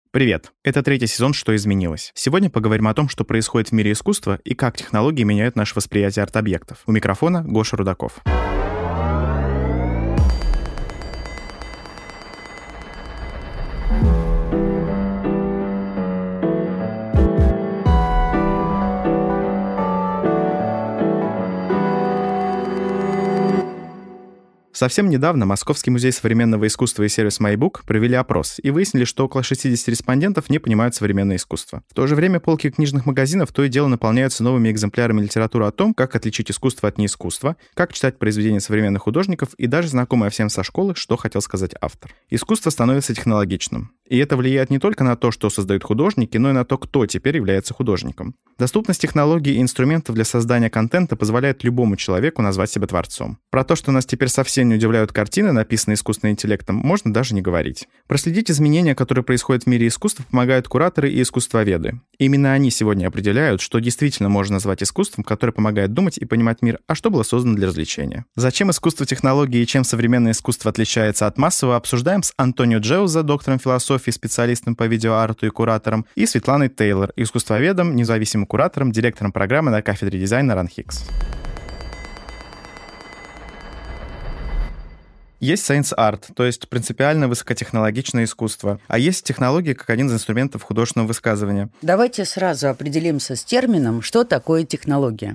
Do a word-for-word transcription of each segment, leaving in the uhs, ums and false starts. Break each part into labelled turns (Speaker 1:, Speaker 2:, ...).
Speaker 1: Привет! Это третий сезон «Что изменилось?». Сегодня поговорим о том, что происходит в мире искусства и как технологии меняют наше восприятие арт-объектов. У микрофона Гоша Рудаков. Совсем недавно Московский музей современного искусства и сервис MyBook провели опрос и выяснили, что около шестьдесят респондентов не понимают современное искусство. В то же время полки книжных магазинов то и дело наполняются новыми экземплярами литературы о том, как отличить искусство от неискусства, как читать произведения современных художников и даже знакомое всем со школы, что хотел сказать автор. Искусство становится технологичным. И это влияет не только на то, что создают художники, но и на то, кто теперь является художником. Доступность технологий и инструментов для создания контента позволяет любому человеку назвать себя творцом. Про то, что нас теперь совсем не удивляют картины, написанные искусственным интеллектом, можно даже не говорить. Проследить изменения, которые происходят в мире искусства, помогают кураторы и искусствоведы. Именно они сегодня определяют, что действительно можно назвать искусством, которое помогает думать и понимать мир, а что было создано для развлечения. Зачем искусство технологии и чем современное искусство отличается от массового, обсуждаем с Антонио Джеуза, доктором философии, специалистом по видеоарту и куратором, и Светланой Тейлор, искусствоведом, независимым куратором, директором программы на кафедре дизайна РАНХИКС. Есть science art, то есть принципиально высокотехнологичное искусство, а есть технологии как один из инструментов художественного высказывания.
Speaker 2: Давайте сразу определимся с термином, что такое технология.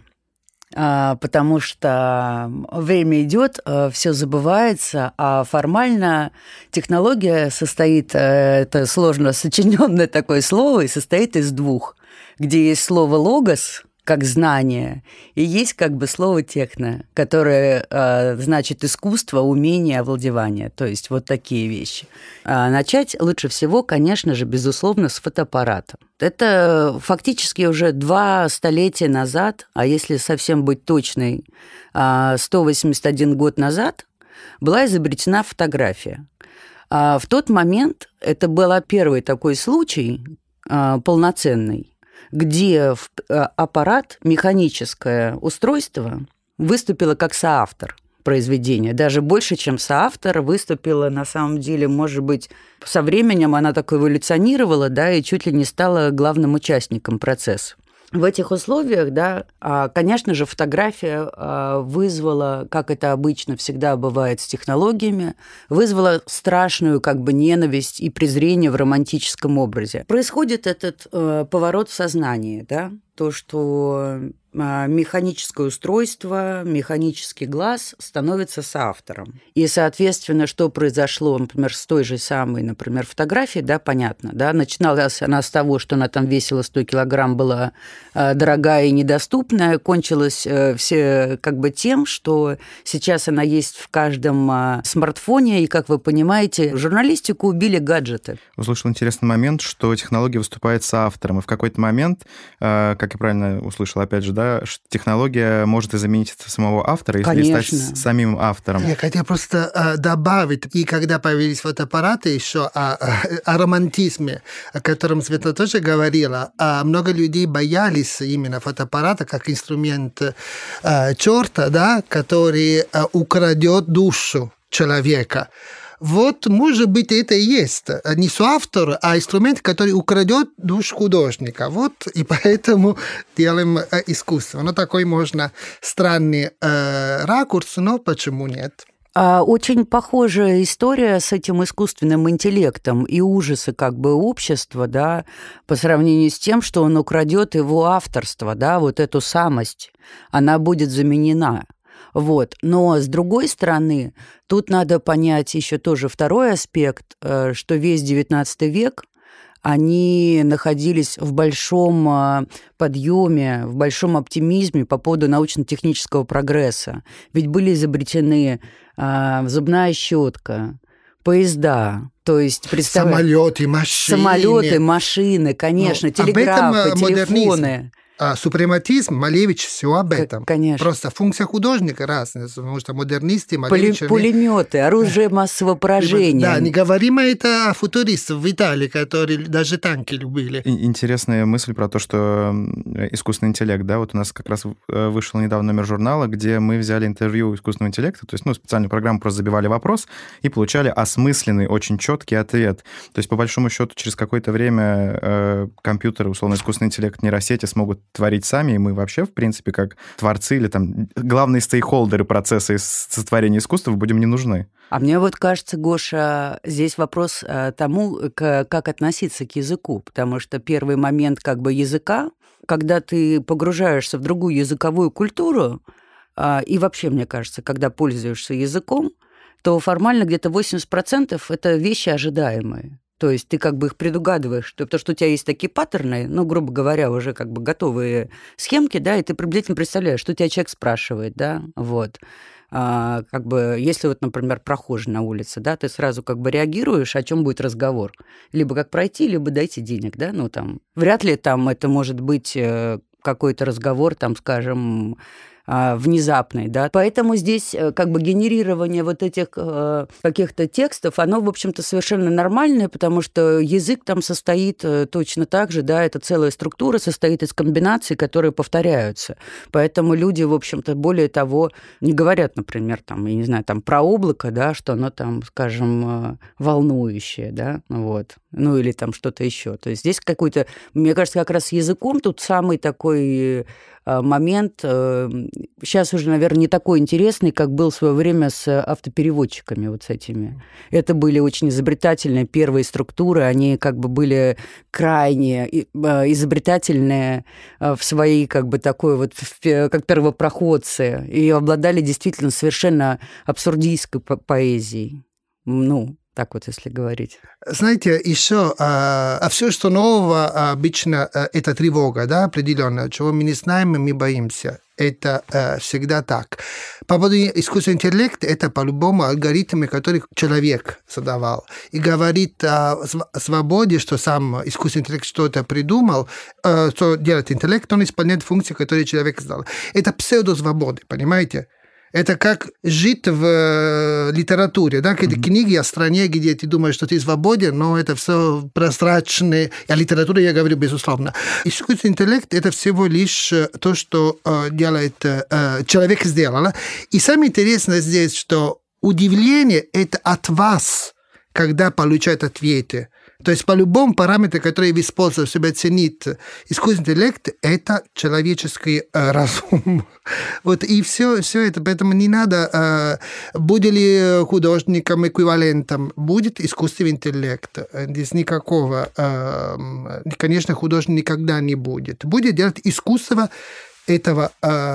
Speaker 2: А, потому что время идет, все забывается, а формально технология состоит, это сложно сочиненное такое слово, и состоит из двух, где есть слово «логос», как знание, и есть как бы слово «техно», которое э, значит искусство, умение, овладевание, то есть вот такие вещи. А начать лучше всего, конечно же, безусловно, с фотоаппарата. Это фактически уже два столетия назад, а если совсем быть точной, сто восемьдесят один год назад была изобретена фотография. А в тот момент это был первый такой случай э, полноценный, где аппарат, механическое устройство, выступило как соавтор произведения. Даже больше, чем соавтор, выступила, на самом деле, может быть, со временем она так эволюционировала, да, и чуть ли не стала главным участником процесса. В этих условиях, да, конечно же, фотография вызвала, как это обычно всегда бывает с технологиями, вызвала страшную как бы ненависть и презрение в романтическом образе. Происходит этот поворот в сознании, да, то, что механическое устройство, механический глаз становится соавтором. И, соответственно, что произошло, например, с той же самой, например, фотографией, да, понятно, да, начиналась она с того, что она там весила сто килограмм, была дорогая и недоступная, кончилась все как бы тем, что сейчас она есть в каждом смартфоне, и, как вы понимаете, журналистику убили гаджеты.
Speaker 1: Услышал интересный момент, что технология выступает соавтором, и в какой-то момент, как я правильно услышал, опять же, да, технология может и заменить самого автора, если стать самим автором.
Speaker 3: Я хотел просто э, добавить, и когда появились фотоаппараты, еще о, о романтизме, о котором Света тоже говорила, а много людей боялись именно фотоаппарата как инструмент э, черта, да, который э, украдет душу человека. Вот, может быть, это и есть не соавтор, а инструмент, который украдет душу художника. Вот, и поэтому делаем э, искусство. Ну, такой можно странный э, ракурс, но почему нет?
Speaker 2: Очень похожая история с этим искусственным интеллектом и ужасы как бы общества, да, по сравнению с тем, что он украдет его авторство, да, вот эту самость, она будет заменена. Вот. Но, с другой стороны, тут надо понять еще тоже второй аспект, что весь девятнадцатый век они находились в большом подъеме, в большом оптимизме по поводу научно-технического прогресса. Ведь были изобретены зубная щетка, поезда, то есть,
Speaker 3: представляете... Самолеты, машины.
Speaker 2: Самолеты, машины, конечно, ну, телеграфы, телефоны.
Speaker 3: А супрематизм, Малевич, все об этом.
Speaker 2: Конечно.
Speaker 3: Просто функция художника разная, потому что модернисты, Малевич...
Speaker 2: Пули- пулеметы, оружие массового поражения.
Speaker 3: Да, не говорим это о футуристах в Италии, которые даже танки любили.
Speaker 1: Интересная мысль про то, что искусственный интеллект, да, вот у нас как раз вышел недавно номер журнала, где мы взяли интервью искусственного интеллекта, то есть, ну, специальную программу просто забивали вопрос и получали осмысленный, очень четкий ответ. То есть, по большому счету, через какое-то время э, компьютеры, условно, искусственный интеллект, нейросети смогут творить сами, и мы вообще, в принципе, как творцы или там главные стейкхолдеры процесса сотворения искусства будем не нужны.
Speaker 2: А мне вот кажется, Гоша, здесь вопрос тому, как относиться к языку, потому что первый момент как бы языка, когда ты погружаешься в другую языковую культуру, и вообще, мне кажется, когда пользуешься языком, то формально где-то восемьдесят процентов это вещи ожидаемые. То есть ты как бы их предугадываешь, потому что у тебя есть такие паттерны, ну, грубо говоря, уже как бы готовые схемки, да, и ты приблизительно представляешь, что тебя человек спрашивает, да, вот. А, как бы, если вот, например, прохожий на улице, да, ты сразу как бы реагируешь, о чем будет разговор. Либо как пройти, либо дайте денег, да, ну, там, вряд ли там это может быть какой-то разговор, там, скажем, внезапный, да. Поэтому здесь как бы генерирование вот этих э, каких-то текстов, оно, в общем-то, совершенно нормальное, потому что язык там состоит точно так же, да, это целая структура, состоит из комбинаций, которые повторяются. Поэтому люди, в общем-то, более того, не говорят, например, там, я не знаю, там, про облако, да, что оно там, скажем, волнующее, да, вот, ну, или там что-то еще. То есть здесь какой-то, мне кажется, как раз с языком тут самый такой момент, сейчас уже, наверное, не такой интересный, как был в свое время с автопереводчиками, вот с этими. Это были очень изобретательные первые структуры, они как бы были крайне изобретательные в своей как бы такой вот, как первопроходцы, и обладали действительно совершенно абсурдистской поэзией. Ну, так вот, если говорить.
Speaker 3: Знаете, еще, а, а все, что нового, обычно это тревога, да, определенно. Чего мы не знаем, мы боимся. Это а, всегда так. По поводу искусственного интеллекта, это по-любому алгоритмы, которые человек создавал. И говорит о свободе, что сам искусственный интеллект что-то придумал, а, что делает интеллект, он исполняет функции, которые человек создал. Это псевдосвобода, понимаете? Это как жить в литературе, да, какие-то mm-hmm. книги о стране, где ты думаешь, что ты свободен, но это все прозрачное. О литературе я говорю, безусловно. Искусственный интеллект – это всего лишь то, что делает человек сделал. И самое интересное здесь, что удивление – это от вас, когда получают ответы. То есть по любому параметру, который вы используете, чтобы оценить искусственный интеллект, это человеческий э, разум. Вот и все, все это. Поэтому не надо, э, будет ли художником эквивалентом, будет искусственный интеллект. Здесь никакого, э, конечно, художник никогда не будет. Будет делать искусство этого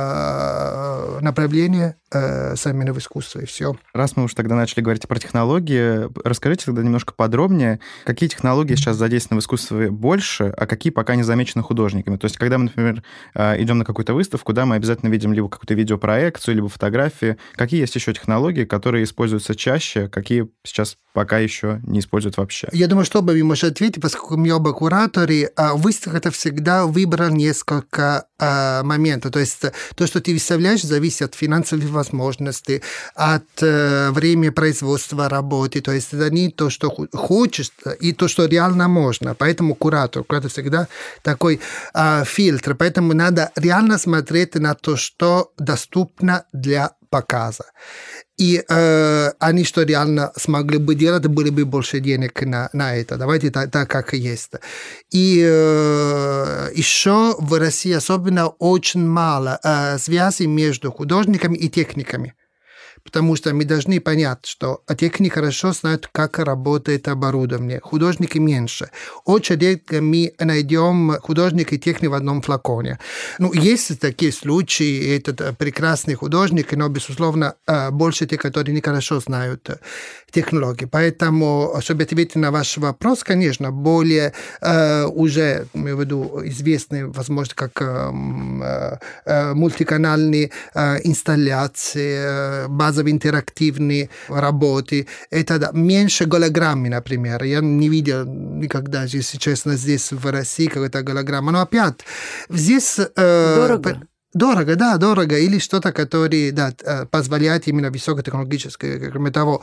Speaker 3: э, направления э, современного искусства, и все.
Speaker 1: Раз мы уж тогда начали говорить про технологии, расскажите тогда немножко подробнее, какие технологии сейчас задействованы в искусстве больше, а какие пока не замечены художниками. То есть, когда мы, например, идем на какую-то выставку, да, мы обязательно видим либо какую-то видеопроекцию, либо фотографии. Какие есть еще технологии, которые используются чаще, какие сейчас пока еще не используют вообще?
Speaker 3: Я думаю, что оба вы можете ответить, поскольку мы оба кураторы, выставка это всегда выбрал несколько моментов. То есть то, что ты выставляешь, зависит от финансовых возможностей, от э, времени производства работы. То есть это не то, что хочешь, и то, что реально можно. Поэтому куратор, куратор всегда такой э, фильтр. Поэтому надо реально смотреть на то, что доступно для показа. И э, они что реально смогли бы делать, были бы больше денег на, на это. Давайте так, так как есть. И э, еще в России особенно очень мало э, связи между художниками и техниками. Потому что мы должны понять, что техники хорошо знают, как работает оборудование. Художники меньше. Очень редко мы найдем художника и техника в одном флаконе. Ну, есть такие случаи, этот прекрасный художник, но, безусловно, больше те, которые не хорошо знают технологии. Поэтому, чтобы ответить на ваш вопрос, конечно, более э, уже, я веду, известные, возможно, как э, э, мультиканальные э, инсталляции, э, базовые интерактивные работы. Это да, меньше голограммы, например. Я не видел никогда, если честно, здесь в России какой-то голограмма. Но опять, здесь... Э,
Speaker 2: Дорого.
Speaker 3: Дорого, да, дорого, или что-то, которое да, позволяет именно высокотехнологическое. Кроме того,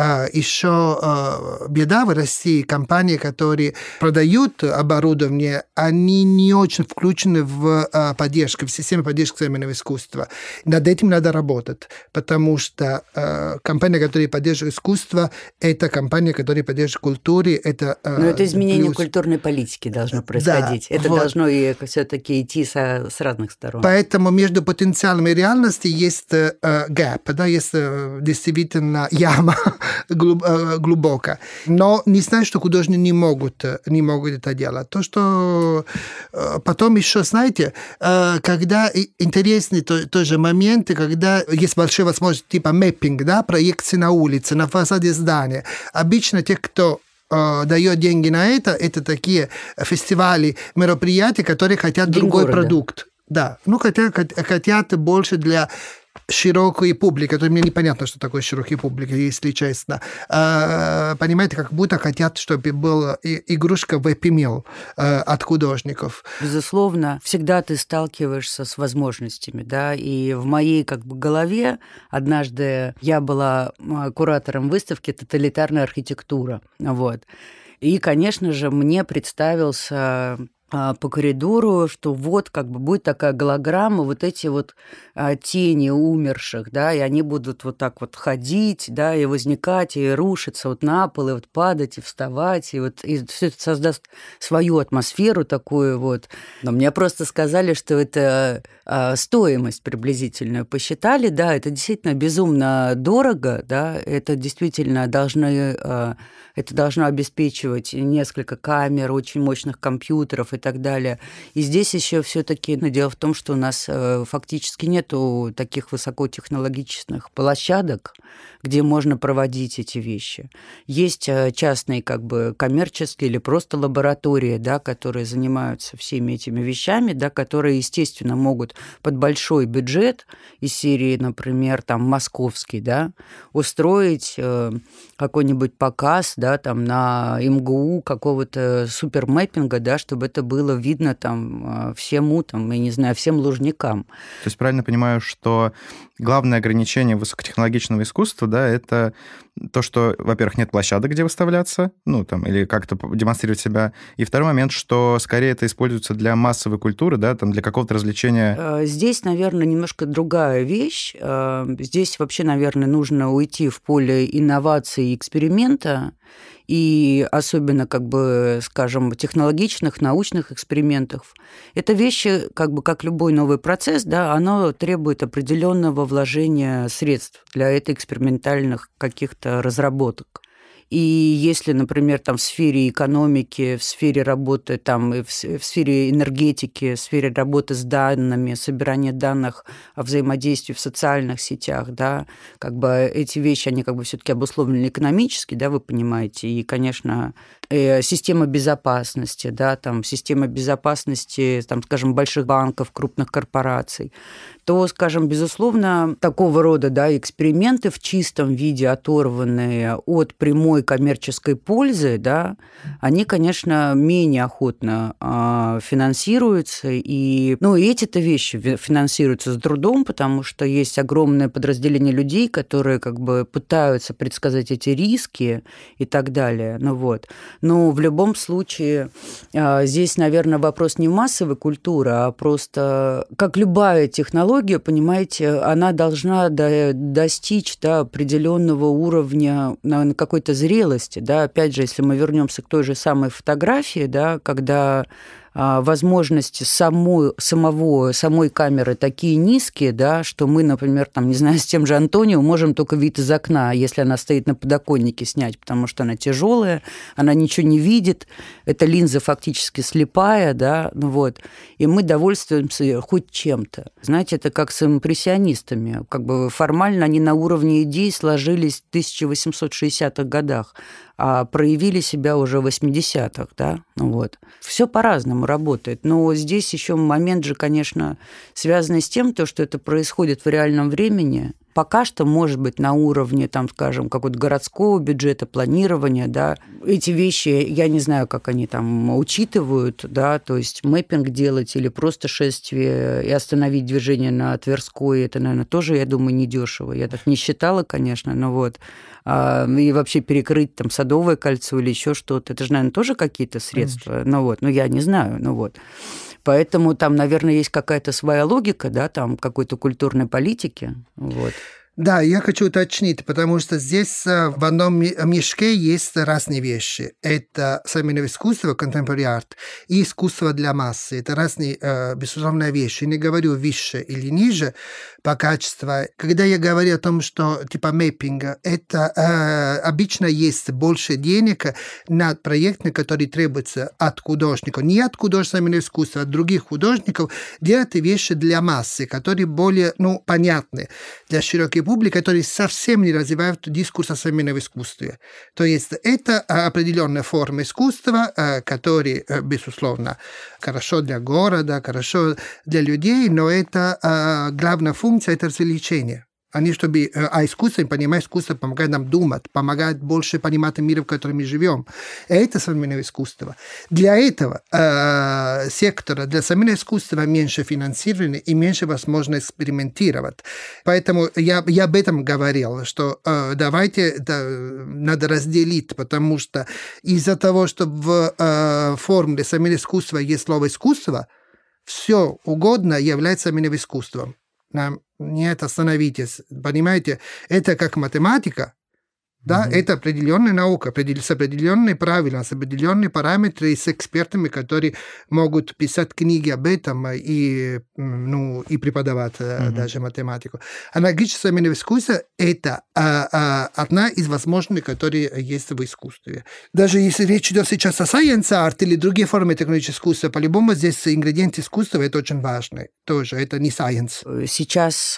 Speaker 3: еще беда в России, компании, которые продают оборудование, они не очень включены в поддержку, в систему поддержки современного искусства. Над этим надо работать, потому что компания, которая поддерживает искусство, это компания, которая поддерживает культуру. Это,
Speaker 2: Но это изменение
Speaker 3: плюс...
Speaker 2: культурной политики должно происходить. Да, это вот. Должно и все-таки идти со, с разных сторон.
Speaker 3: Поэтому между потенциалом и реальностью есть э, гэп, да, есть э, действительно яма глуб, э, глубокая. Но не знаю, что художники не могут, не могут это делать. То, что э, потом еще, знаете, э, когда интересный то, тоже моменты, когда есть большие возможности типа мэппинг, да, проекции на улице, на фасаде здания. Обычно те, кто дает деньги на это, это такие фестивали, мероприятия, которые хотят День другой города. Продукт. Да, ну хотят, хотят больше для широкой публики. Это мне непонятно, что такое широкая публика, если честно. А, понимаете, как будто хотят, чтобы была игрушка в Happy Meal а, от художников.
Speaker 2: Безусловно, всегда ты сталкиваешься с возможностями, да, и в моей как бы голове однажды я была куратором выставки «Тоталитарная архитектура», вот. И, конечно же, мне представился по коридору, что вот как бы будет такая голограмма, вот эти вот а, тени умерших, да, и они будут вот так вот ходить, да, и возникать, и рушиться вот на пол, и вот падать, и вставать, и вот и все это создаст свою атмосферу такую вот. Но мне просто сказали, что это а, стоимость приблизительную посчитали, да, это действительно безумно дорого, да, это действительно должны... А, это должно обеспечивать несколько камер, очень мощных компьютеров и так далее. И здесь еще все-таки ну, дело в том, что у нас э, фактически нету таких высокотехнологичных площадок, где можно проводить эти вещи. Есть э, частные как бы коммерческие или просто лаборатории, да, которые занимаются всеми этими вещами, да, которые, естественно, могут под большой бюджет из серии, например, там, московский, да, устроить э, какой-нибудь показ, да, там на эм гэ у какого-то супермэппинга, да, чтобы это было видно там всему, там, я не знаю, всем лужникам.
Speaker 1: То есть правильно понимаю, что главное ограничение высокотехнологичного искусства, да, это то, что, во-первых, нет площадок, где выставляться, ну, там, или как-то демонстрировать себя. И второй момент, что скорее это используется для массовой культуры, да, там, для какого-то развлечения.
Speaker 2: Здесь, наверное, немножко другая вещь. Здесь вообще, наверное, нужно уйти в поле инноваций и эксперимента, и особенно, как бы, скажем, технологичных, научных экспериментов. Это вещи, как бы, как любой новый процесс, да, оно требует определенного вложения средств для этой экспериментальных каких-то разработок. И если, например, там, в сфере экономики, в сфере работы, там, в сфере энергетики, в сфере работы с данными, собирания данных о взаимодействии в социальных сетях, да, как бы эти вещи, они как бы все-таки обусловлены экономически, да, вы понимаете, и, конечно, система безопасности, да, там, система безопасности, там, скажем, больших банков, крупных корпораций, то, скажем, безусловно, такого рода, да, эксперименты в чистом виде, оторванные от прямой коммерческой пользы, да, они, конечно, менее охотно э, финансируются. И, ну, и эти-то вещи финансируются с трудом, потому что есть огромное подразделение людей, которые как бы пытаются предсказать эти риски и так далее. Ну, вот. Но в любом случае э, здесь, наверное, вопрос не массовой культуры, а просто, как любая технология, понимаете, она должна до, достичь, да, определенного уровня на какой-то зрелости, да, опять же, если мы вернемся к той же самой фотографии, да, когда возможности самой, самого, самой камеры такие низкие, да, что мы, например, там, не знаю, с тем же Антонио можем только вид из окна, если она стоит на подоконнике, снять, потому что она тяжелая, она ничего не видит, эта линза фактически слепая, да, ну вот, и мы довольствуемся хоть чем-то. Знаете, это как с импрессионистами, как бы формально они на уровне идей сложились в тысяча восемьсот шестидесятых годах, а проявили себя уже в восьмидесятых, да, ну вот. Все по-разному работает, но здесь еще момент же, конечно, связанный с тем, то, что это происходит в реальном времени, пока что, может быть, на уровне, там, скажем, какого-то городского бюджета, планирования, да, эти вещи, я не знаю, как они там учитывают, да, то есть мэппинг делать или просто шествие и остановить движение на Тверской, это, наверное, тоже, я думаю, недешево. Я так не считала, конечно, но вот. И вообще перекрыть там Садовое кольцо или еще что-то, это же, наверное, тоже какие-то средства. Конечно. Ну вот, ну я не знаю, ну вот. Поэтому там, наверное, есть какая-то своя логика, да, там какой-то культурной политики, вот.
Speaker 3: Да, я хочу уточнить, потому что здесь в одном мешке есть разные вещи. Это современное искусство, contemporary art, и искусство для массы. Это разные, безусловно, вещи. Я не говорю выше или ниже по качеству. Когда я говорю о том, что типа мэппинга, это э, обычно есть больше денег на проекты, которые требуются от художников. Не от художников современного искусства, а от других художников делать вещи для массы, которые более, ну, понятны для широкой публики, которые совсем не развивают дискурс о современном искусстве. То есть это определенная форма искусства, которая, безусловно, хорошо для города, хорошо для людей, но это главная функция – это развлечение. Они, чтобы, а искусство, понимать искусство, помогает нам думать, помогает больше понимать мир, в котором мы живем. Это современное искусство. Для этого э, сектора, для современного искусства меньше финансирования и меньше возможно экспериментировать. Поэтому я, я об этом говорил, что э, давайте да, надо разделить, потому что из-за того, что в э, формуле современного искусства есть слово «искусство», все угодно является современным искусством. Нам нет, остановитесь. Понимаете, это как математика, да, mm-hmm. это определенная наука, с определенными правилами, с определенными параметрами, с экспертами, которые могут писать книги об этом и, ну, и преподавать mm-hmm. даже математику. Аналогично современное искусство – это а, а, одна из возможностей, которые есть в искусстве. Даже если речь идет сейчас о science art или другие формы технологического искусства, по-любому здесь ингредиенты искусства – это очень важно. Тоже это не science.
Speaker 2: Сейчас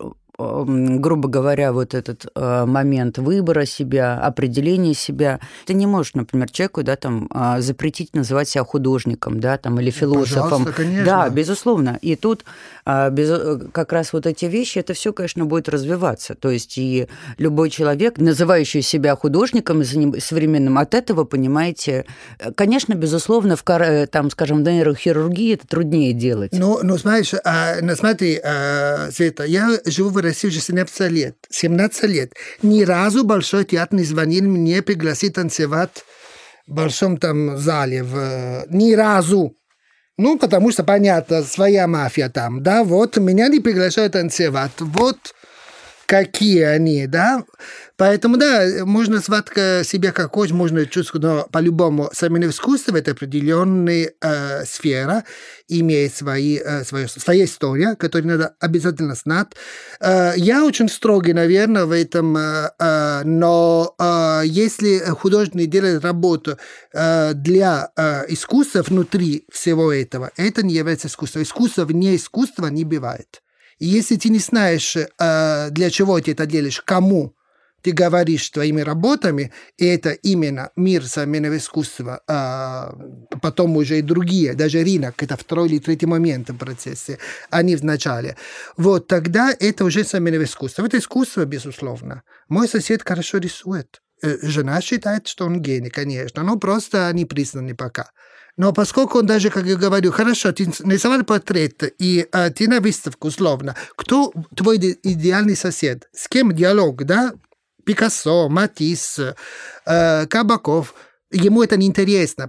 Speaker 2: грубо говоря, вот этот э, момент выбора себя, определения себя. Ты не можешь, например, человеку, да, там, э, запретить называть себя художником, да, там, или философом.
Speaker 3: Пожалуйста, конечно.
Speaker 2: Да, безусловно. И тут э, без, как раз вот эти вещи, это все, конечно, будет развиваться. То есть и любой человек, называющий себя художником современным, от этого, понимаете, конечно, безусловно, в, там, скажем, в нейрохирургии это труднее делать.
Speaker 3: Ну, ну смотришь, а, ну, смотри, а, Света, я живу в России уже семнадцать лет. семнадцать лет. Ни разу Большой театр не звонил мне пригласить танцевать в большом там зале. В... Ни разу. Ну, потому что, понятно, своя мафия там, да, вот, меня не приглашают танцевать. Вот какие они, да. Поэтому, да, можно звать себя как хочешь, можно чувствовать, но по-любому современное искусство – это определенная э, сфера, имеет свои, э, свою, своя история, которую надо обязательно знать. Э, я очень строгий, наверное, в этом, э, э, но э, если художник делает работу э, для э, искусства внутри всего этого, это не является искусством. Искусство вне искусства не бывает. И если ты не знаешь, э, для чего ты это делаешь, кому ты говоришь твоими работами, и это именно мир современного искусства, а потом уже и другие, даже рынок, это второй или третий момент в процессе, а не в начале. Вот тогда это уже современное искусство. Это искусство, безусловно. Мой сосед хорошо рисует. Жена считает, что он гений, конечно, но просто не признаны пока. Но поскольку он даже, как я говорю, хорошо, ты нарисовал портрет, и а, ты на выставку, условно, кто твой идеальный сосед? С кем диалог, да? Пикассо, Матисс, э, Кабаков. Ему это неинтересно.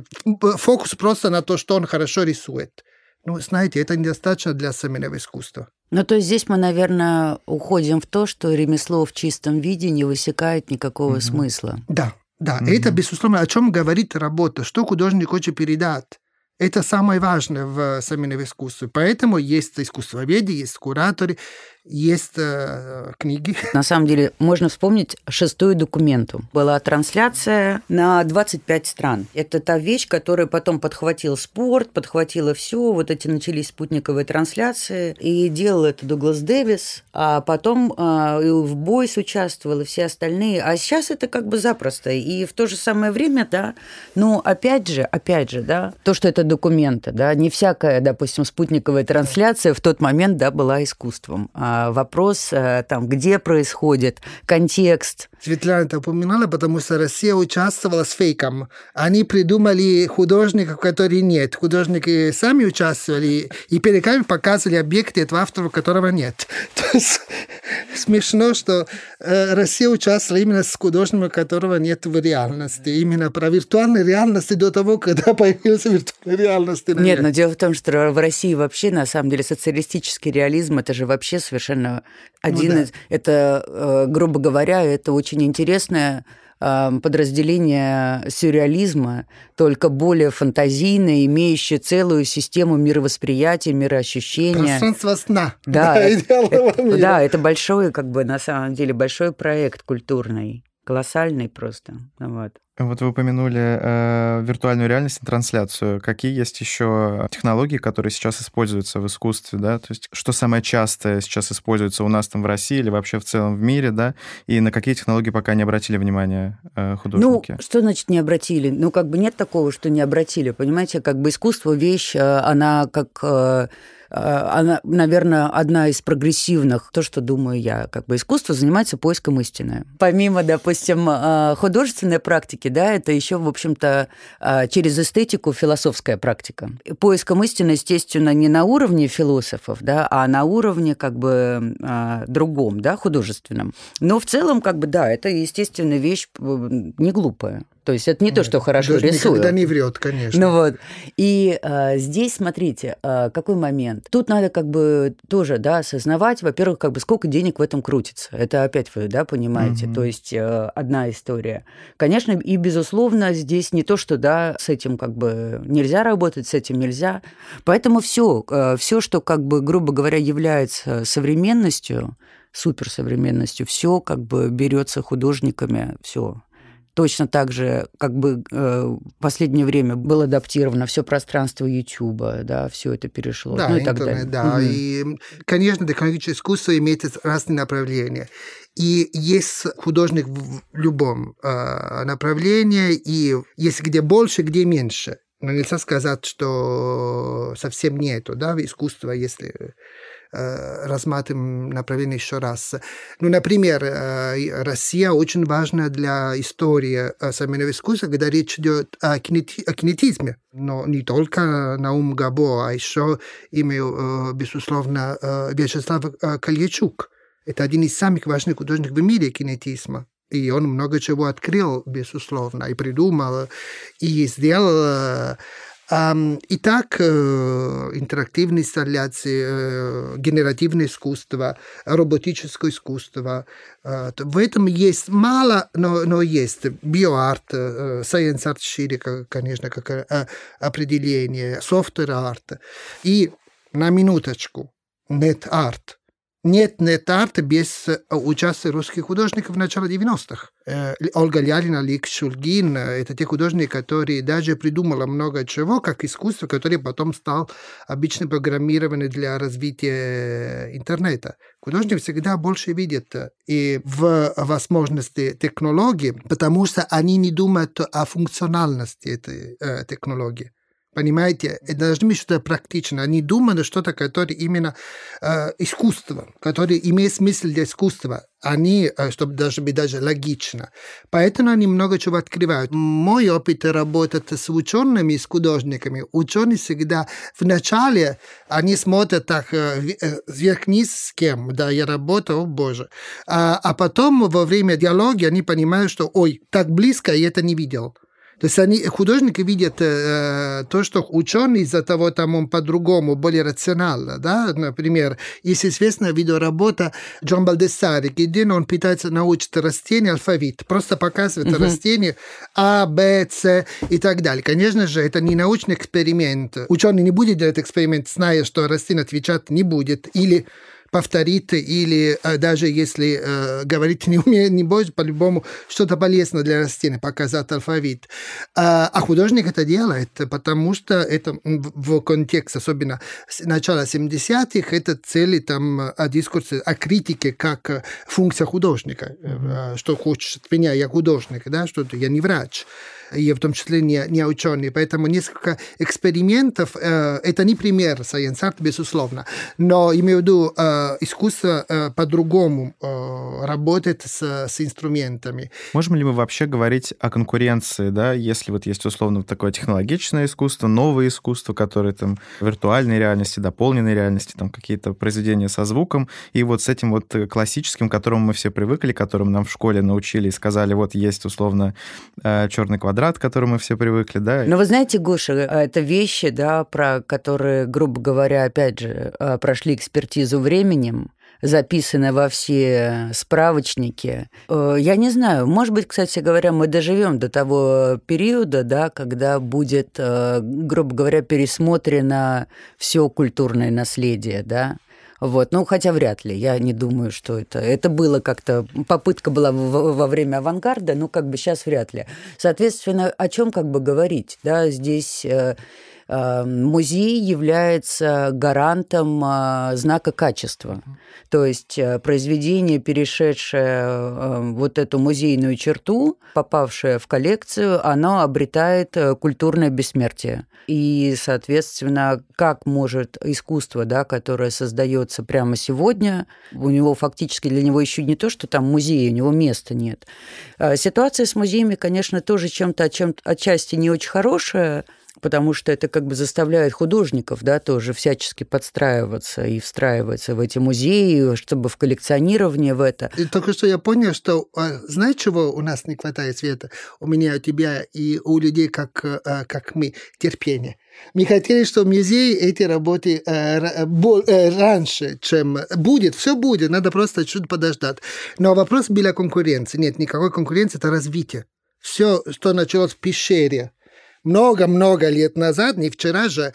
Speaker 3: Фокус просто на то, что он хорошо рисует. Ну, знаете, это недостаточно для современного искусства.
Speaker 2: Ну, то есть здесь мы, наверное, уходим в то, что ремесло в чистом виде не высекает никакого mm-hmm. смысла.
Speaker 3: Да, да. Mm-hmm. Это, безусловно, о чем говорит работа, что художник хочет передать. Это самое важное в современном искусстве. Поэтому есть искусствоведы, есть кураторы, есть э, книги.
Speaker 2: На самом деле, можно вспомнить шестую документу. Была трансляция на двадцать пять стран. Это та вещь, которая потом подхватил спорт, подхватила все. Вот эти начались спутниковые трансляции. И делал это Дуглас Дэвис. А потом э, и в Бойс участвовал, и все остальные. А сейчас это как бы запросто. И в то же самое время, да, ну, опять же, опять же, да, то, что это документы, да, не всякая, допустим, спутниковая трансляция в тот момент, да, была искусством. А вопрос, там, где происходит, контекст.
Speaker 3: Светлана это упоминала, потому что Россия участвовала с фейком. Они придумали художников, которые нет. Художники сами участвовали и перед камерой показывали объекты этого автора, которого нет. То есть смешно, что Россия участвовала именно с художником, которого нет в реальности. Именно про виртуальную реальность до того, когда появилась виртуальная реальность.
Speaker 2: Нет, но дело в том, что в России вообще, на самом деле, социалистический реализм, это же вообще совершенно один ну, из... Да. Это, грубо говоря, это очень интересное подразделение сюрреализма, только более фантазийное, имеющее целую систему мировосприятия, мироощущения.
Speaker 3: Пространство сна.
Speaker 2: Да, это, это, да, это большой, как бы, на самом деле, большой проект культурный, колоссальный просто. Вот.
Speaker 1: Вот вы упомянули э, виртуальную реальность и трансляцию. Какие есть еще технологии, которые сейчас используются в искусстве, да? То есть что самое частое сейчас используется у нас там в России или вообще в целом в мире, да? И на какие технологии пока не обратили внимания э, художники?
Speaker 2: Ну, что значит не обратили? Ну, как бы нет такого, что не обратили, понимаете? Как бы искусство, вещь, она как... Э, она, наверное, одна из прогрессивных, то, что думаю я, как бы искусство занимается поиском истины. Помимо, допустим, художественной практики, да, это еще, в общем-то, через эстетику философская практика. Поиском истины, естественно, не на уровне философов, да, а на уровне, как бы, другом, да, художественном. Но в целом, как бы, да, это, естественно, вещь не глупая. То есть это не то, что хорошо рисуют.
Speaker 3: Никогда не врет, конечно.
Speaker 2: Ну вот. И а, здесь, смотрите, а, какой момент. Тут надо как бы тоже, да, осознавать, во-первых, как бы сколько денег в этом крутится. Это опять вы, да, понимаете. Mm-hmm. То есть а, одна история. Конечно, и, безусловно, здесь не то, что, да, с этим как бы нельзя работать, с этим нельзя. Поэтому все, а, все, что как бы, грубо говоря, является современностью, суперсовременностью, все как бы берется художниками, все. Точно так же, как бы э, в последнее время было адаптировано все пространство Ютуба, да, все это перешло.
Speaker 3: Да,
Speaker 2: ну, и
Speaker 3: интернет,
Speaker 2: так далее.
Speaker 3: Да.
Speaker 2: Угу.
Speaker 3: И, конечно, технологическое искусство имеет разные направления. И есть художник в любом э, направлении, и есть где больше, где меньше. Но нельзя сказать, что совсем нету, да, искусства, если... рассматриваем направление еще раз. Ну, например, Россия очень важна для истории современного искусства, когда речь идет о, кинети- о кинетизме. Но не только Наум Габо, а еще имею, безусловно, Вячеслав Кольячук. Это один из самых важных художников в мире кинетизма. И он много чего открыл, безусловно, и придумал, и сделал... Итак, интерактивные инсталляции, генеративное искусство, роботическое искусство. В этом есть мало, но, но есть. Биоарт, science art шире, конечно, как определение, софтвер-арт. И на минуточку, нет-арт. Нет нет-арта без участия русских художников в начале девяностых. Ольга Лялина, Лик Шульгин – это те художники, которые даже придумали много чего, как искусство, которое потом стал обычно программированным для развития интернета. Художники всегда больше видят и в возможности технологии, потому что они не думают о функциональности этой э, технологии. Понимаете, это должно быть что-то практичное. Они думают что-то, которое именно э, искусство, которое имеет смысл для искусства. Они, э, чтобы даже быть даже логично. Поэтому они много чего открывают. Мой опыт работать с учеными, с художниками. Ученые всегда вначале они смотрят так э, вверх-вниз с кем. Да, я работаю, о боже. А, а потом во время диалога они понимают, что ой, так близко я это не видел. То есть они, художники видят э, то, что ученый из-за того, там он по-другому, более рационально. Да? Например, есть известная видеоработа Джон Балдессари, где он пытается научить растение алфавит, просто показывает uh-huh. растение А, Б, С и так далее. Конечно же, это не научный эксперимент. Ученый не будет делать эксперимент, зная, что растение отвечать не будет, или повторит, или даже если э, говорить не умеет, не будет, по-любому что-то полезное для растения, показать алфавит. А, а художник это делает, потому что это в контексте, особенно с начала семидесятых, это целый там дискурс о критике как функция художника. Mm-hmm. Что хочешь от меня, я художник, да, что я не врач. и в том числе не, не ученые. Поэтому несколько экспериментов, э, это не пример Science Art, безусловно, но имею в виду, э, искусство э, по-другому э, работает с, с инструментами.
Speaker 1: Можем ли мы вообще говорить о конкуренции, да, если вот есть условно такое технологичное искусство, новое искусство, которое там виртуальной реальности, дополненной реальности, там какие-то произведения со звуком, и вот с этим вот классическим, к которому мы все привыкли, которым нам в школе научили и сказали, вот есть условно черный квадрат, к которому мы все привыкли, да?
Speaker 2: Но вы знаете, Гоша, это вещи, да, про которые, грубо говоря, опять же, прошли экспертизу временем, записаны во все справочники. Я не знаю, может быть, кстати говоря, мы доживем до того периода, да, когда будет, грубо говоря, пересмотрено все культурное наследие, да. Вот. Ну, хотя вряд ли, я не думаю, что это... Это было как-то... Попытка была во, во время авангарда, но как бы сейчас вряд ли. Соответственно, о чем как бы говорить? Да, здесь... Музей является гарантом знака качества. То есть произведение, перешедшее вот эту музейную черту, попавшее в коллекцию, оно обретает культурное бессмертие. И, соответственно, как может искусство, да, которое создается прямо сегодня, у него фактически для него еще не то, что там музей, у него места нет. Ситуация с музеями, конечно, тоже чем-то, чем-то отчасти не очень хорошая, потому что это как бы заставляет художников, да, тоже всячески подстраиваться и встраиваться в эти музеи, чтобы в коллекционирование в это.
Speaker 3: И только что я понял, что, знаешь, чего у нас не хватает, Света? У меня, у тебя и у людей, как, как мы, терпения. Мы хотели, что в музее эти работы э, бо, э, раньше, чем будет. Все будет, надо просто чуть подождать. Но вопрос был о конкуренции. Нет, никакой конкуренции, это развитие. Все, что началось в пещере, много-много лет назад, не вчера же,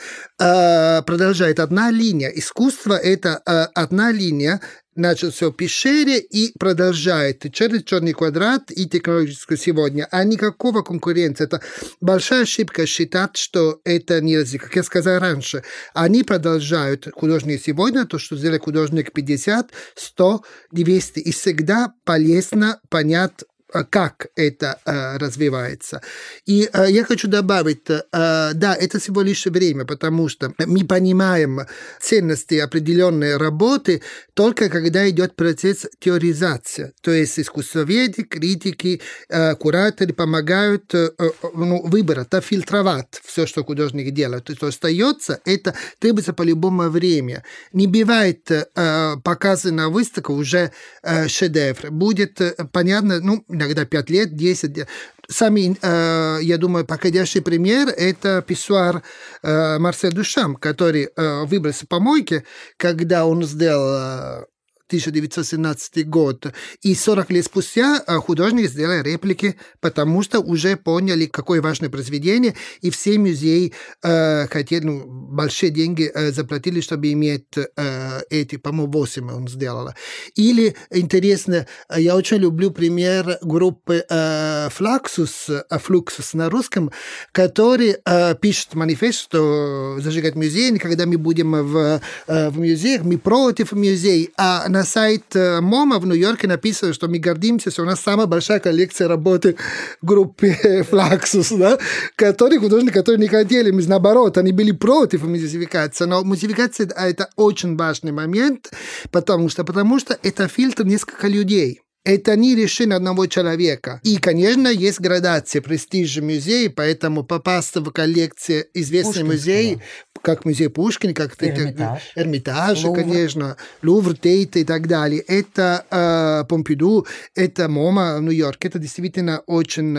Speaker 3: э, продолжает одна линия. Искусство – это э, одна линия, начался в пещере и продолжает через черный квадрат и технологическую сегодня. А никакого конкуренции. Это большая ошибка считать, что это не развитие. Как я сказал раньше, они продолжают, художники сегодня, то, что сделали художник пятьдесят, сто, двести. И всегда полезно понять, как это э, развивается. И э, я хочу добавить, э, да, это всего лишь время, потому что мы понимаем ценности определенной работы только когда идет процесс теоризации. То есть искусствоведы, критики, э, кураторы помогают э, ну, выбрать, фильтровать все, что художник делает. То есть, что остается, это требуется по-любому время. Не бывает э, показы на выставку уже э, шедевр. Будет э, понятно, ну, иногда пять лет, десять лет. Сами, э, я думаю, подходящий пример – это писсуар э, Марсель Дюшам, который э, выбрался по помойке, когда он сделал э, тысяча девятьсот семнадцатый год. И сорок лет спустя художники сделали реплики, потому что уже поняли, какое важное произведение, и все музеи э, хотели, ну, большие деньги э, заплатили, чтобы иметь э, эти, по-моему, восемь он сделал. Или, интересно, я очень люблю пример группы э, Fluxus, Fluxus на русском, который э, пишет манифест, что зажигать музей, когда мы будем в, э, в музеях, мы против музея, а на сайт МОМА в Нью-Йорке написано, что мы гордимся, что у нас самая большая коллекция работы группы Fluxus, да, которые художники, которые не хотели, мы наоборот, они были против музеификации, но музеификация – это очень важный момент, потому что, потому что это фильтр нескольких людей. Это не решение одного человека. И, конечно, есть градация престижа музея, поэтому попасть в коллекцию известных музеев, как музей Пушкина, как
Speaker 2: Эрмитаж,
Speaker 3: Эрмитаж, конечно, Лувр, Тейт и так далее. Это э, Помпиду, это МОМА в Нью-Йорке. Это действительно очень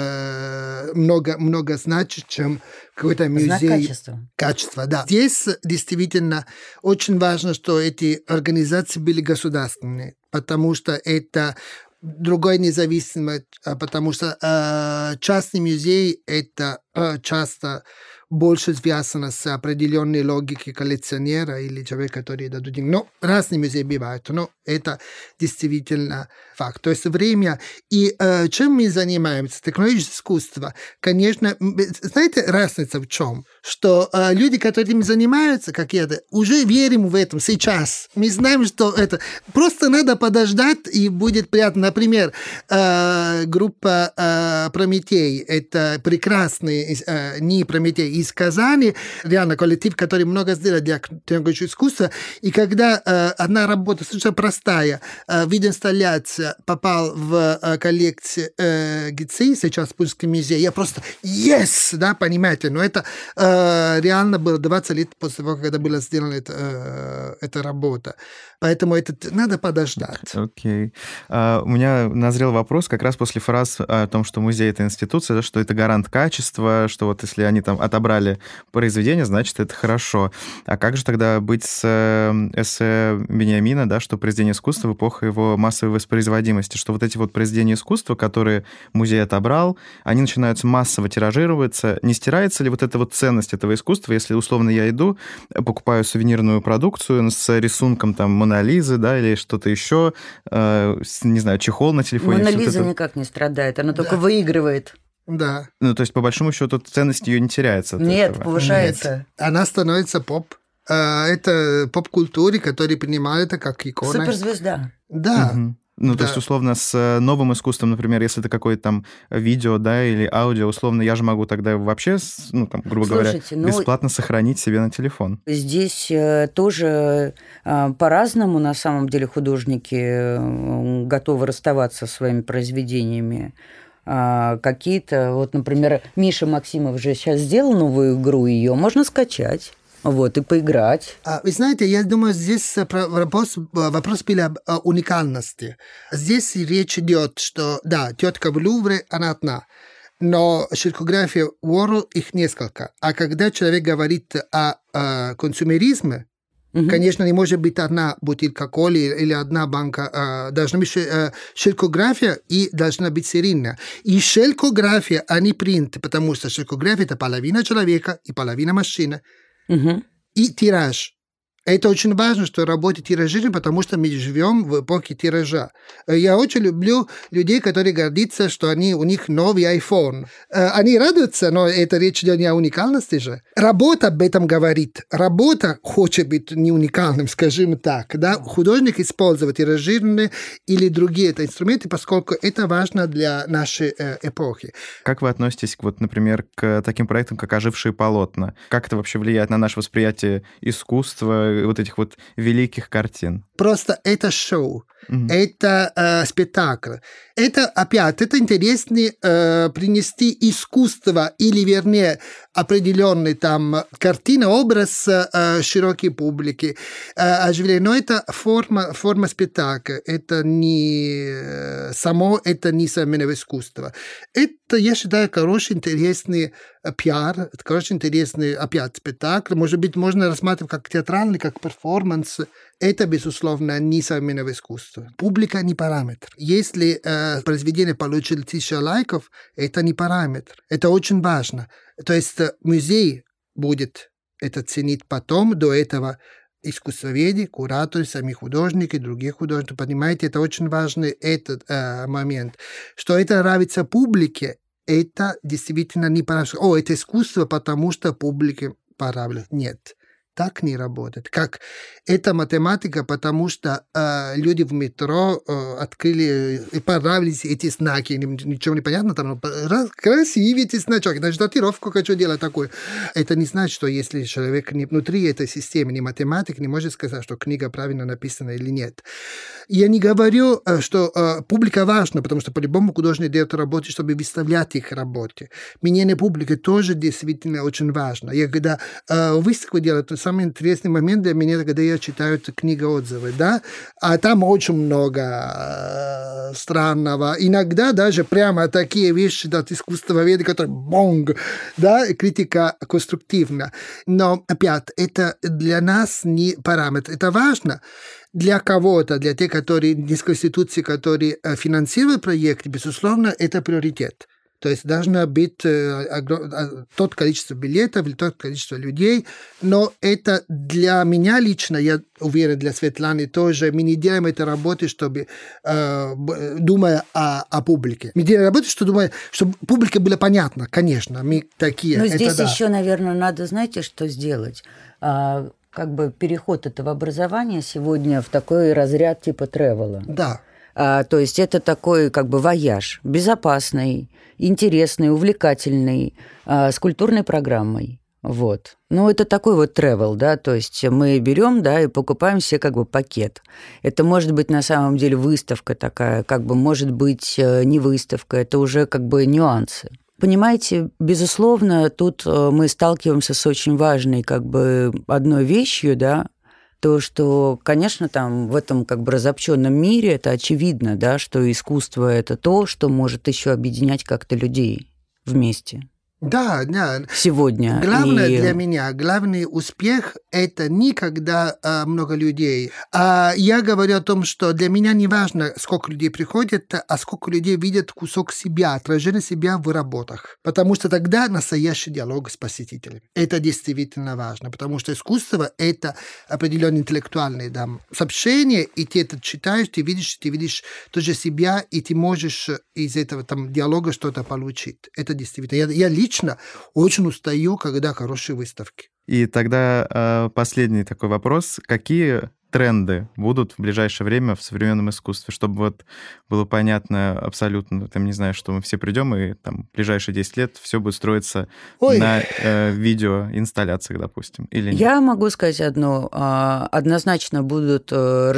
Speaker 3: э, много, много значит, чем какой-то музей.
Speaker 2: Знак качества.
Speaker 3: Качество, да. Здесь действительно очень важно, что эти организации были государственные, потому что это другой независимость, потому что э, частный музей – это э, часто больше связано с определенной логикой коллекционера или человека, который дадут деньги. Но разные музеи бывают, но это действительно факт. То есть время. И э, чем мы занимаемся? Технологическое искусство. Конечно, знаете, разница в чем? Что э, люди, которые этим занимаются, как я, уже верим в этом сейчас. Мы знаем, что это... Просто надо подождать, и будет приятно. Например, э, группа э, «Прометей». Это прекрасный э, не «Прометей» из Казани. Реально коллектив, который много сделал для технологического искусства. И когда э, одна работа совершенно простая, э, вид инсталляции попал в э, коллекцию э, ГИЦИ, сейчас в Польском музее, я просто yes, да, понимаете, но это э, реально было двадцать лет после того, когда была сделана эта, э, эта работа. Поэтому это надо подождать.
Speaker 1: Окей. Okay. Uh, у меня назрел вопрос как раз после фраз о том, что музей — это институция, да, что это гарант качества, что вот если они там отобрали произведение, значит, это хорошо. А как же тогда быть с эссе Бениамина, да, что произведение искусства в эпоху его массовой воспроизводимости, что вот эти вот произведения искусства, которые музей отобрал, они начинаются массово тиражироваться. Не стирается ли вот эта вот ценность этого искусства, если, условно, я иду, покупаю сувенирную продукцию с рисунком там Мона Лизы, да, или что-то еще, э, не знаю, чехол на телефоне.
Speaker 2: Мона Лиза
Speaker 1: это...
Speaker 2: никак не страдает, она только
Speaker 3: да.
Speaker 2: выигрывает.
Speaker 3: Да.
Speaker 1: Ну, то есть, по большому счету, ценность ее не теряется.
Speaker 2: Нет,
Speaker 1: этого.
Speaker 2: повышается.
Speaker 3: Нет. Она становится поп. Это поп-культуре, который принимает это как икона.
Speaker 2: Суперзвезда.
Speaker 3: Да.
Speaker 1: Угу. Ну,
Speaker 3: да.
Speaker 1: то есть, условно, с новым искусством, например, если это какое-то там видео, да, или аудио, условно, я же могу тогда вообще, ну, там, грубо
Speaker 2: Слушайте,
Speaker 1: говоря,
Speaker 2: ну,
Speaker 1: бесплатно сохранить себе на телефон.
Speaker 2: Здесь тоже по-разному, на самом деле, художники готовы расставаться со своими произведениями. Какие-то, вот, например, Миша Максимов же сейчас сделал новую игру, ее можно скачать. Вот, и поиграть.
Speaker 3: А, вы знаете, я думаю, здесь вопрос, вопрос был об уникальности. Здесь речь идет, что, да, тетка в Лувре, она одна, но ширкография Уоррел их несколько. А когда человек говорит о, о консумеризме, угу. Конечно, не может быть одна бутылка коли или одна банка. Должна быть ширкография и должна быть серийная. И ширкография, а не принт, потому что ширкография – это половина человека и половина машины.
Speaker 2: Угу.
Speaker 3: И тираж. Это очень важно, что работает тиражирование, потому что мы живем в эпохе тиража. Я очень люблю людей, которые гордятся, что они, у них новый iPhone. Они радуются, но это речь идет не о уникальности же. Работа об этом говорит. Работа хочет быть не уникальным, скажем так. Да? Художник использует тиражирование или другие это инструменты, поскольку это важно для нашей э, эпохи.
Speaker 1: Как вы относитесь, вот, например, к таким проектам, как «Ожившие полотна»? Как это вообще влияет на наше восприятие искусства, вот этих вот великих картин?
Speaker 3: Просто это шоу,
Speaker 1: mm-hmm.
Speaker 3: это э, спектакль. Это, опять, это интересно э, принести искусство или, вернее, определенный там картина, образ э, широкой публике, э, оживление. Но это форма, форма спектакля, это не само, это не современное искусство. Это, я считаю, хороший, интересный пиар, хороший, интересный, опять, спектакль. Может быть, можно рассматривать как театральный, как перформанс. Это, безусловно, не современное искусство. Публика не параметр. Если э, произведение получило тысячу лайков, это не параметр. Это очень важно. То есть музей будет это ценить потом, до этого искусствоведы, кураторы, сами художники, другие художники. Понимаете, это очень важный этот э, момент. Что это нравится публике, это действительно не параметр. О, это искусство, потому что публике понравилось. Нет. Так не работает. Как это математика, потому что э, люди в метро э, открыли и понравились эти знаки. Ничего не понятно, там красивые эти значки. Даже датировку хочу делать такую. Это не значит, что если человек не внутри этой системы, не математик, не может сказать, что книга правильно написана или нет. Я не говорю, что э, публика важна, потому что по-любому художник делает работу, чтобы выставлять их работы. Мнение публики тоже действительно очень важно. Я когда э, выставку делаю, то самый интересный момент для меня, когда я читаю книга-отзывы, да, а там очень много э, странного. Иногда даже прямо такие вещи от искусствоведа, которые бонг, да, критика конструктивна. Но опять, это для нас не параметр. Это важно. Для кого-то, для тех, которые, несколько институций, которые финансируют проекты, безусловно, это приоритет. То есть должно быть э, тот количество билетов или тот количество людей. Но это для меня лично, я уверен, для Светланы тоже, мы не делаем этой работы, чтобы, э, думая о, о публике. Мы делаем работу, что думая, чтобы публике было понятно, конечно, мы такие.
Speaker 2: Но здесь
Speaker 3: да.
Speaker 2: еще, наверное, надо, знаете, что сделать? А, как бы переход этого образования сегодня в такой разряд типа тревела.
Speaker 3: Да.
Speaker 2: А, то есть это такой как бы вояж, безопасный, интересный, увлекательный, а, с культурной программой. Вот. Ну, это такой вот travel, да, то есть мы берем, да, и покупаем себе как бы пакет. Это может быть на самом деле выставка такая, как бы может быть не выставка, это уже как бы нюансы. Понимаете, безусловно, тут мы сталкиваемся с очень важной как бы одной вещью, да, то, что, конечно, там в этом как бы разобщенном мире это очевидно, да, что искусство – это то, что может еще объединять как-то людей вместе.
Speaker 3: Да, да.
Speaker 2: Сегодня.
Speaker 3: Главное
Speaker 2: и...
Speaker 3: для меня, главный успех – это не когда а, много людей. А я говорю о том, что для меня не важно, сколько людей приходит, а сколько людей видят кусок себя, отражение себя в работах. Потому что тогда настоящий диалог с посетителем. Это действительно важно, потому что искусство – это определенные интеллектуальные да, сообщения, и ты это читаешь, ты видишь, ты видишь тоже себя, и ты можешь из этого там, диалога что-то получить. Это действительно. Я, я лично Лично очень устаю, когда хорошие выставки.
Speaker 1: И тогда э, последний такой вопрос. Какие тренды будут в ближайшее время в современном искусстве? Чтобы вот было понятно абсолютно, там, не знаю, что мы все придем, и там в ближайшие десять лет все будет строиться Ой. на э, видеоинсталляциях, допустим, или нет?
Speaker 2: Я могу сказать одно. Однозначно будут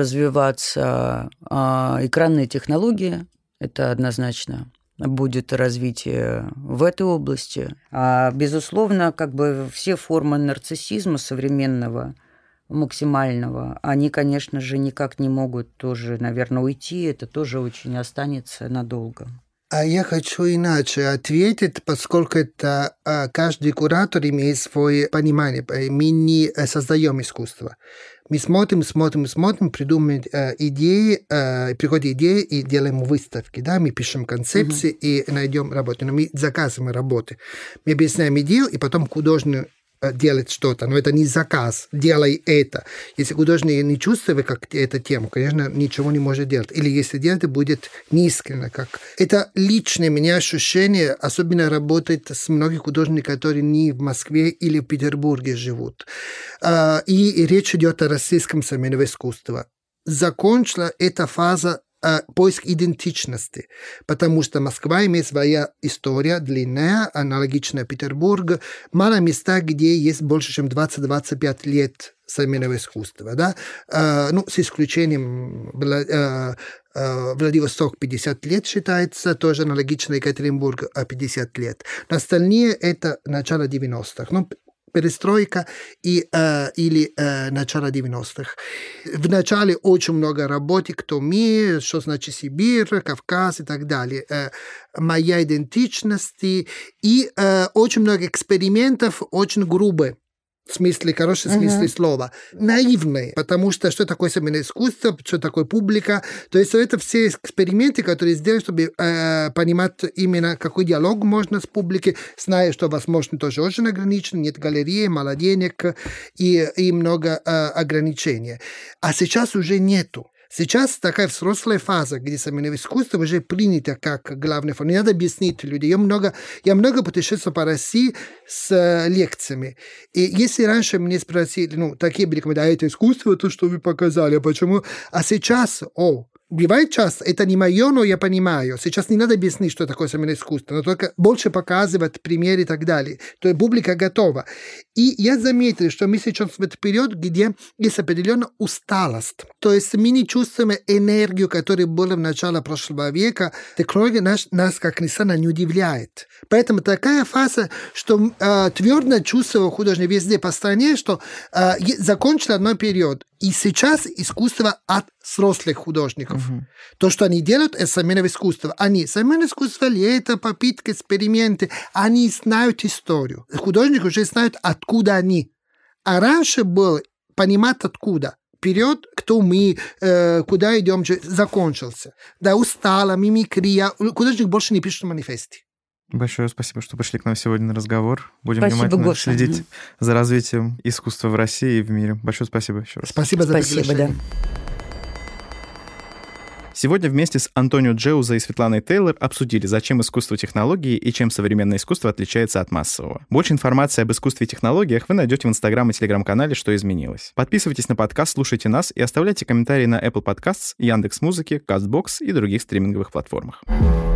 Speaker 2: развиваться экранные технологии. Это однозначно. Будет развитие в этой области. А, безусловно, как бы все формы нарциссизма современного, максимального, они, конечно же, никак не могут тоже, наверное, уйти. Это тоже очень останется надолго.
Speaker 3: А я хочу иначе ответить, поскольку это каждый куратор имеет свое понимание. Мы не создаем искусство. Мы смотрим, смотрим, смотрим, придумываем э, идеи, э, приходят идеи и делаем выставки. Да? Мы пишем концепции uh-huh. и найдем работу. Но мы заказываем работы. Мы объясняем идею, и потом художник делать что-то, но это не заказ, делай это. Если художник не чувствует как эту тему, конечно, ничего не может делать. Или если делать, это неискренне. Как... Это личное мне ощущение, особенно работает с многими художниками, которые не в Москве или в Петербурге живут. И речь идет о российском современном искусстве. Закончила эта фаза поиск идентичности, потому что Москва имеет своя история длинная, аналогичная Петербургу, мало места, где есть больше, чем двадцать-двадцать пять лет современного искусства, да, а, ну, с исключением а, а, Владивосток пятьдесят лет считается, тоже аналогично Екатеринбургу пятьдесят лет. Но остальные это начало девяностых, ну, перестройка и, э, или э, начало девяностых. В начале очень много работы, кто мы, что значит Сибирь, Кавказ и так далее. Э, моя идентичность и э, очень много экспериментов, очень грубые. В смысле, хорошем смысле uh-huh. слова. Наивные, потому что что такое современное искусство, что такое публика. То есть это все эксперименты, которые сделаны, чтобы э, понимать именно, какой диалог можно с публикой, зная, что возможно тоже очень ограничено, нет галереи, мало денег и, и много э, ограничений. А сейчас уже нету. Сейчас такая взрослая фаза, где современное искусство уже принято как главная форма. Не надо объяснить людям. Я много, я много путешествовал по России с э, лекциями. И если раньше мне спросили, ну, такие были комментарии, а это искусство, то, что вы показали, а почему? А сейчас, о, бывает часто, это не мое, но я понимаю. Сейчас не надо объяснить, что такое современное искусство, но только больше показывать примеры и так далее. То есть публика готова. И я заметил, что мы сейчас в этот период, где есть определенная усталость. То есть мы не чувствуем энергию, которая была в начале прошлого века. Технология нас, нас как ни странно, не удивляет. Поэтому такая фаза, что э, твердо чувствовал художник везде по стране, что э, закончил одной период. И сейчас искусство от взрослых художников. Uh-huh. То, что они делают, это современное искусство. Они, современное искусство, лето, попытки, эксперименты, они знают историю. Художники уже знают, откуда они. А раньше было понимать, откуда. Вперед, кто мы, э, куда идем, закончился. Да, устала, мимикрия. Художник больше не пишет в манифесте.
Speaker 1: Большое спасибо, что пришли к нам сегодня на разговор. Будем
Speaker 2: Спасибо,
Speaker 1: внимательно
Speaker 2: Гоша.
Speaker 1: следить за развитием искусства в России и в мире. Большое спасибо еще раз.
Speaker 3: Спасибо за
Speaker 2: Спасибо,
Speaker 3: приглашение.
Speaker 2: да.
Speaker 1: Сегодня вместе с Антонио Джеуза и Светланой Тейлор обсудили, зачем искусство технологии и чем современное искусство отличается от массового. Больше информации об искусстве и технологиях вы найдете в Инстаграм и Телеграм-канале «Что изменилось». Подписывайтесь на подкаст, слушайте нас и оставляйте комментарии на Apple Podcasts, Яндекс.Музыке, Castbox и других стриминговых платформах.